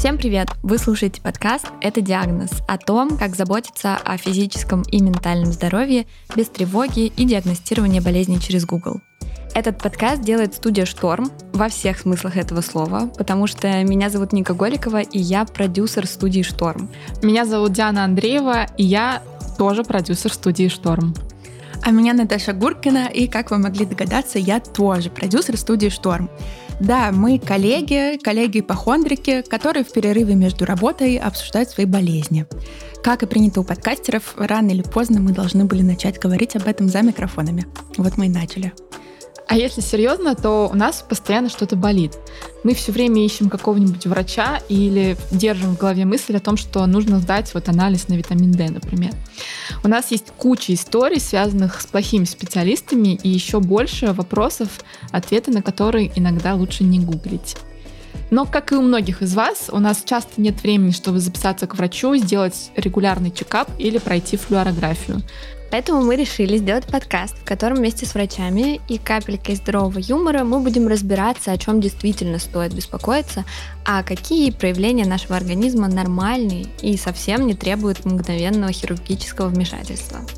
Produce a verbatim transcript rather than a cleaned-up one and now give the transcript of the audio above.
Всем привет! Вы слушаете подкаст «Это диагноз» о том, как заботиться о физическом и ментальном здоровье без тревоги и диагностирования болезней через Google. Этот подкаст делает студия «Шторм» во всех смыслах этого слова, потому что меня зовут Ника Голикова, и я продюсер студии «Шторм». Меня зовут Диана Андреева, и я тоже продюсер студии «Шторм». А меня Наташа Гуркина, и, как вы могли догадаться, я тоже продюсер студии «Шторм». Да, мы коллеги, коллеги-ипохондрики, которые в перерыве между работой обсуждают свои болезни. Как и принято у подкастеров, рано или поздно мы должны были начать говорить об этом за микрофонами. Вот мы и начали. А если серьезно, то у нас постоянно что-то болит. Мы все время ищем какого-нибудь врача или держим в голове мысль о том, что нужно сдать вот анализ на витамин D, например. У нас есть куча историй, связанных с плохими специалистами, и еще больше вопросов, ответы на которые иногда лучше не гуглить. Но, как и у многих из вас, у нас часто нет времени, чтобы записаться к врачу, сделать регулярный чекап или пройти флюорографию. Поэтому мы решили сделать подкаст, в котором вместе с врачами и капелькой здорового юмора мы будем разбираться, о чем действительно стоит беспокоиться, а какие проявления нашего организма нормальные и совсем не требуют мгновенного хирургического вмешательства.